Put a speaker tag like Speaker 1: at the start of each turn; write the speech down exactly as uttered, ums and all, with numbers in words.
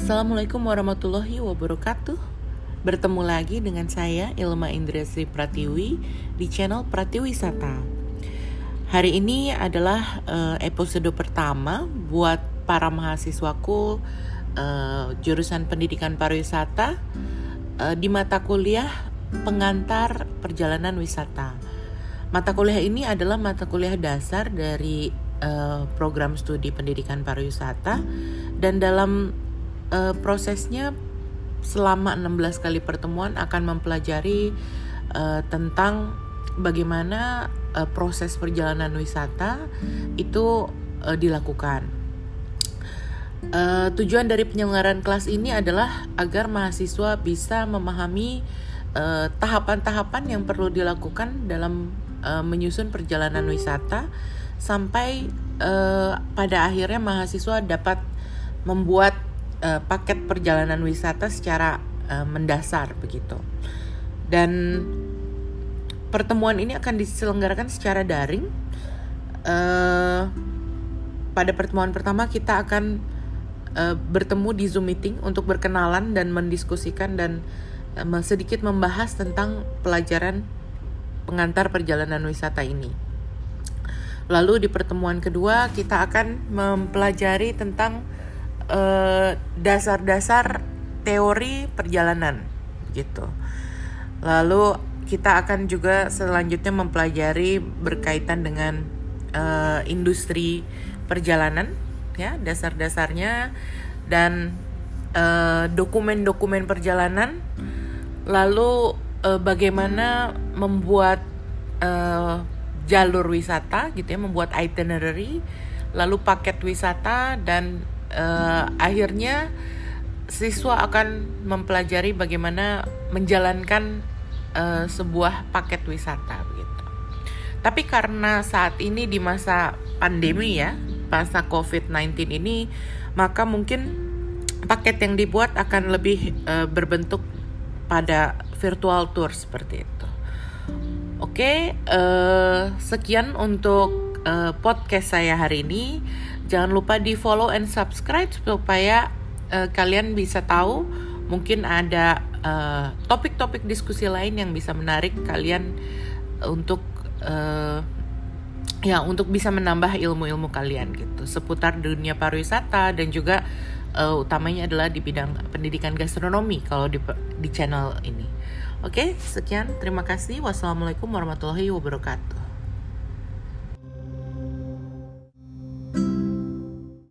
Speaker 1: Assalamualaikum warahmatullahi wabarakatuh. Bertemu lagi dengan saya Ilma Indrasri Pratiwi di channel Pratiwisata. Hari ini adalah uh, episode pertama buat para mahasiswaku uh, jurusan Pendidikan Pariwisata uh, di mata kuliah Pengantar Perjalanan Wisata. Mata kuliah ini adalah mata kuliah dasar dari uh, program studi Pendidikan Pariwisata, dan dalam uh, prosesnya selama enam belas kali pertemuan akan mempelajari uh, tentang bagaimana uh, proses perjalanan wisata itu uh, dilakukan. Uh, tujuan dari penyelenggaraan kelas ini adalah agar mahasiswa bisa memahami uh, tahapan-tahapan yang perlu dilakukan dalam uh, menyusun perjalanan wisata sampai uh, pada akhirnya mahasiswa dapat membuat uh, paket perjalanan wisata secara uh, mendasar begitu. Dan pertemuan ini akan diselenggarakan secara daring. Uh, pada pertemuan pertama kita akan uh, bertemu di Zoom meeting untuk berkenalan dan mendiskusikan dan uh, sedikit membahas tentang pelajaran pengantar perjalanan wisata ini. Lalu di pertemuan kedua kita akan mempelajari tentang uh, dasar-dasar teori perjalanan gitu. Lalu kita akan juga selanjutnya mempelajari berkaitan dengan uh, industri perjalanan, ya, dasar-dasarnya dan uh, dokumen-dokumen perjalanan. Lalu uh, bagaimana membuat uh, jalur wisata gitu ya, membuat itinerary, lalu paket wisata, dan uh, akhirnya siswa akan mempelajari bagaimana menjalankan uh, sebuah paket wisata begitu. Tapi karena saat ini di masa pandemi ya, masa covid sembilan belas ini, maka mungkin paket yang dibuat akan lebih uh, berbentuk pada virtual tour seperti itu. Oke, uh, sekian untuk uh, podcast saya hari ini. Jangan lupa di follow and subscribe supaya uh, kalian bisa tahu mungkin ada uh, topik-topik diskusi lain yang bisa menarik kalian untuk uh, ya untuk bisa menambah ilmu-ilmu kalian gitu seputar dunia pariwisata, dan juga uh, utamanya adalah di bidang pendidikan gastronomi kalau di di channel ini. Oke, sekian, terima kasih. Wassalamualaikum warahmatullahi wabarakatuh.